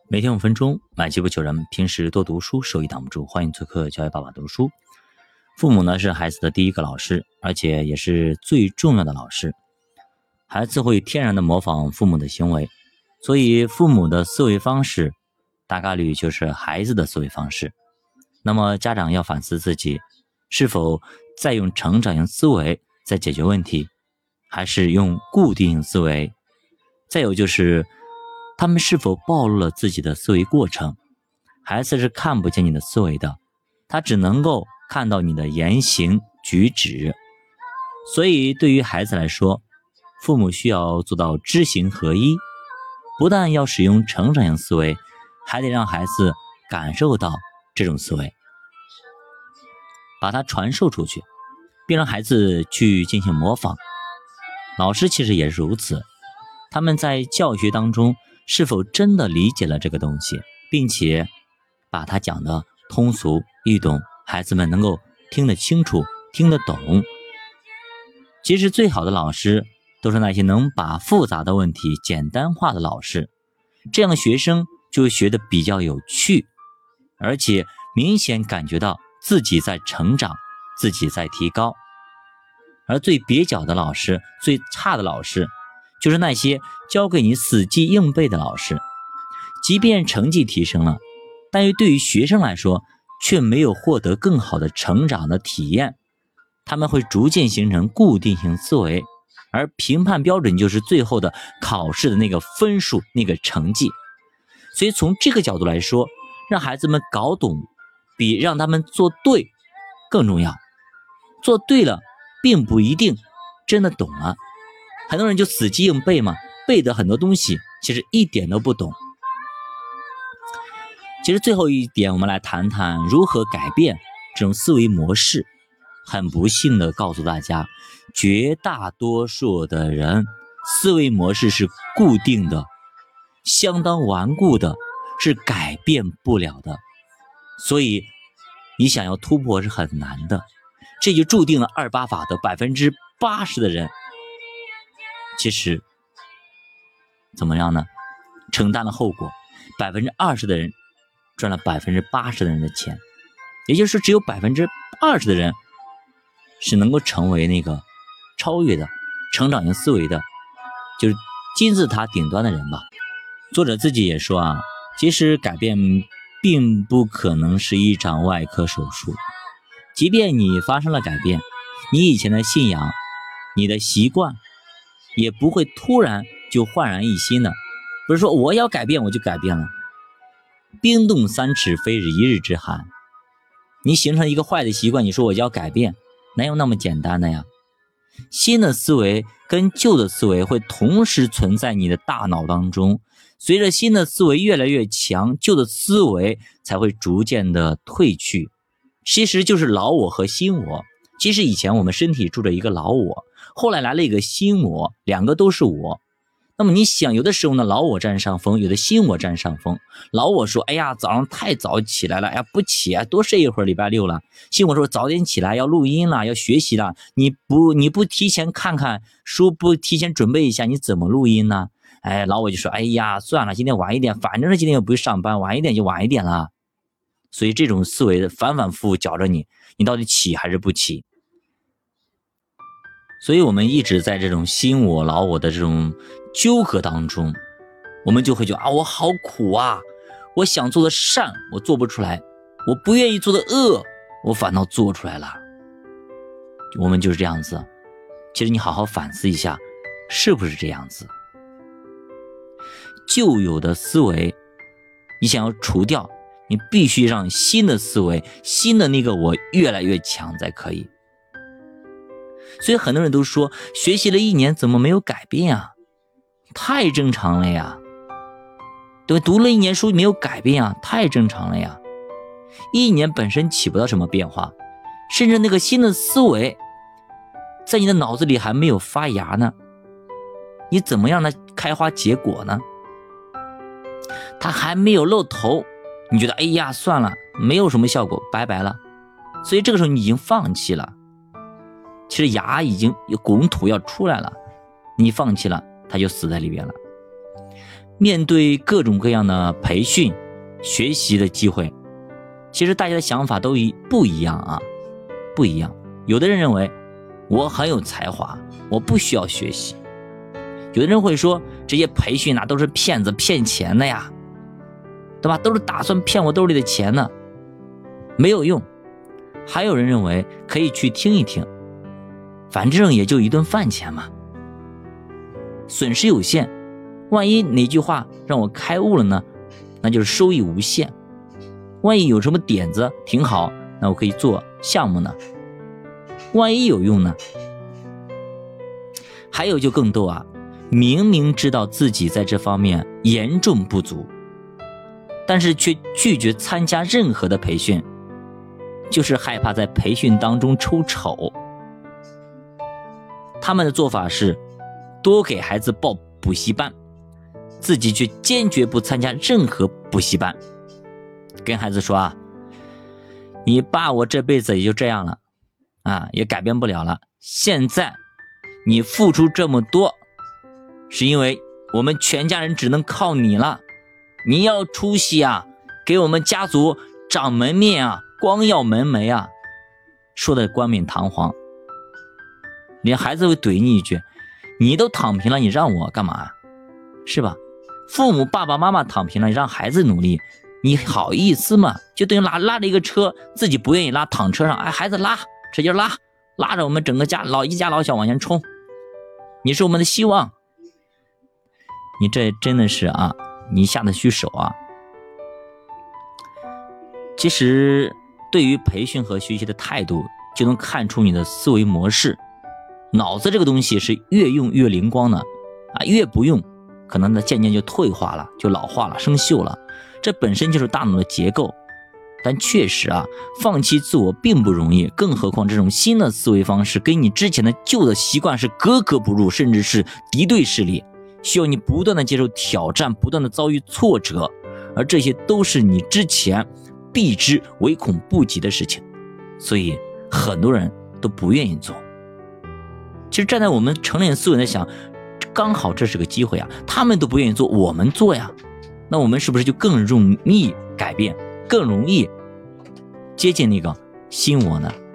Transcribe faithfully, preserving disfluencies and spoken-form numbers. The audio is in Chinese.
每天五分钟，买机不求人。平时多读书，收益挡不住。欢迎做客教育爸爸读书。父母呢是孩子的第一个老师，而且也是最重要的老师。孩子会天然的模仿父母的行为，所以父母的思维方式大概率就是孩子的思维方式。那么家长要反思自己，是否在用成长型思维在解决问题，还是用固定型思维？再有就是他们是否暴露了自己的思维过程？孩子是看不见你的思维的，他只能够看到你的言行举止。所以对于孩子来说，父母需要做到知行合一，不但要使用成长型思维，还得让孩子感受到这种思维，把它传授出去，并让孩子去进行模仿。老师其实也是如此，他们在教学当中是否真的理解了这个东西，并且把它讲得通俗易懂，孩子们能够听得清楚听得懂。其实最好的老师都是那些能把复杂的问题简单化的老师，这样学生就会学得比较有趣，而且明显感觉到自己在成长，自己在提高。而最蹩脚的老师，最差的老师，就是那些教给你死记硬背的老师。即便成绩提升了，但对于学生来说却没有获得更好的成长的体验。他们会逐渐形成固定型思维，而评判标准就是最后的考试的那个分数，那个成绩。所以从这个角度来说，让孩子们搞懂比让他们做对更重要。做对了并不一定真的懂了，很多人就死记硬背嘛，背的很多东西其实一点都不懂。其实最后一点，我们来谈谈如何改变这种思维模式。很不幸的告诉大家，绝大多数的人思维模式是固定的，相当顽固的，是改变不了的。所以你想要突破是很难的，这就注定了二八法的百分之八十的人其实怎么样呢？承担了后果，百分之二十的人赚了百分之八十的人的钱，也就是说，只有百分之二十的人是能够成为那个超越的成长型思维的，就是金字塔顶端的人吧。作者自己也说啊，其实改变并不可能是一场外科手术，即便你发生了改变，你以前的信仰，你的习惯也不会突然就焕然一新的。不是说我要改变我就改变了，冰冻三尺非一日之寒。你形成一个坏的习惯，你说我要改变，哪有那么简单的呀？新的思维跟旧的思维会同时存在你的大脑当中，随着新的思维越来越强，旧的思维才会逐渐的褪去。其实就是老我和新我。其实以前我们身体住着一个老我，后来来了一个新我，两个都是我。那么你想，有的时候呢，老我占上风，有的新我占上风。老我说，哎呀，早上太早起来了，哎呀，不起啊，多睡一会儿，礼拜六了。新我说，早点起来，要录音了，要学习了，你不你不提前看看书，不提前准备一下，你怎么录音呢？哎，老我就说，哎呀，算了，今天晚一点，反正是今天又不会上班，晚一点就晚一点了。所以这种思维反反复复搅着你，你到底起还是不起？所以我们一直在这种新我老我的这种纠葛当中，我们就会觉得啊，我好苦啊，我想做的善我做不出来，我不愿意做的恶我反倒做出来了。我们就是这样子。其实你好好反思一下，是不是这样子？旧有的思维你想要除掉，你必须让新的思维，新的那个我越来越强才可以。所以很多人都说，学习了一年怎么没有改变啊？太正常了呀。对，读了一年书没有改变啊，太正常了呀。一年本身起不到什么变化，甚至那个新的思维在你的脑子里还没有发芽呢，你怎么让它开花结果呢？它还没有露头，你觉得哎呀算了，没有什么效果，拜拜了。所以这个时候你已经放弃了。其实芽已经有拱土要出来了，你放弃了，它就死在里边了。 面对各种各样的培训、学习的机会，其实大家的想法都一不一样啊，不一样。有的人认为我很有才华，我不需要学习。有的人会说这些培训啊都是骗子骗钱的呀，对吧？都是打算骗我兜里的钱呢，没有用。还有人认为可以去听一听，反正也就一顿饭钱嘛，损失有限，万一哪句话让我开悟了呢，那就是收益无限。万一有什么点子挺好，那我可以做项目呢，万一有用呢。还有就更逗啊，明明知道自己在这方面严重不足，但是却拒绝参加任何的培训，就是害怕在培训当中抽丑。他们的做法是多给孩子报补习班，自己却坚决不参加任何补习班，跟孩子说啊，你爸我这辈子也就这样了啊，也改变不了了，现在你付出这么多是因为我们全家人只能靠你了，你要出息啊，给我们家族长门面啊，光耀门楣啊。说的冠冕堂皇，连孩子会怼你一句，你都躺平了，你让我干嘛，是吧？父母爸爸妈妈躺平了，你让孩子努力，你好意思吗？就等于拉拉着一个车，自己不愿意拉，躺车上，哎，孩子拉，使劲拉，拉着我们整个家老一家老小往前冲，你是我们的希望。你这真的是啊，你下得去手啊。其实对于培训和学习的态度，就能看出你的思维模式。脑子这个东西是越用越灵光的啊，越不用可能呢渐渐就退化了，就老化了，生锈了。这本身就是大脑的结构。但确实啊，放弃自我并不容易，更何况这种新的思维方式跟你之前的旧的习惯是格格不入，甚至是敌对势力，需要你不断的接受挑战，不断的遭遇挫折，而这些都是你之前避之唯恐不及的事情，所以很多人都不愿意做。其实站在我们成年思维在想，刚好这是个机会啊，他们都不愿意做，我们做呀，那我们是不是就更容易改变，更容易接近那个新我呢？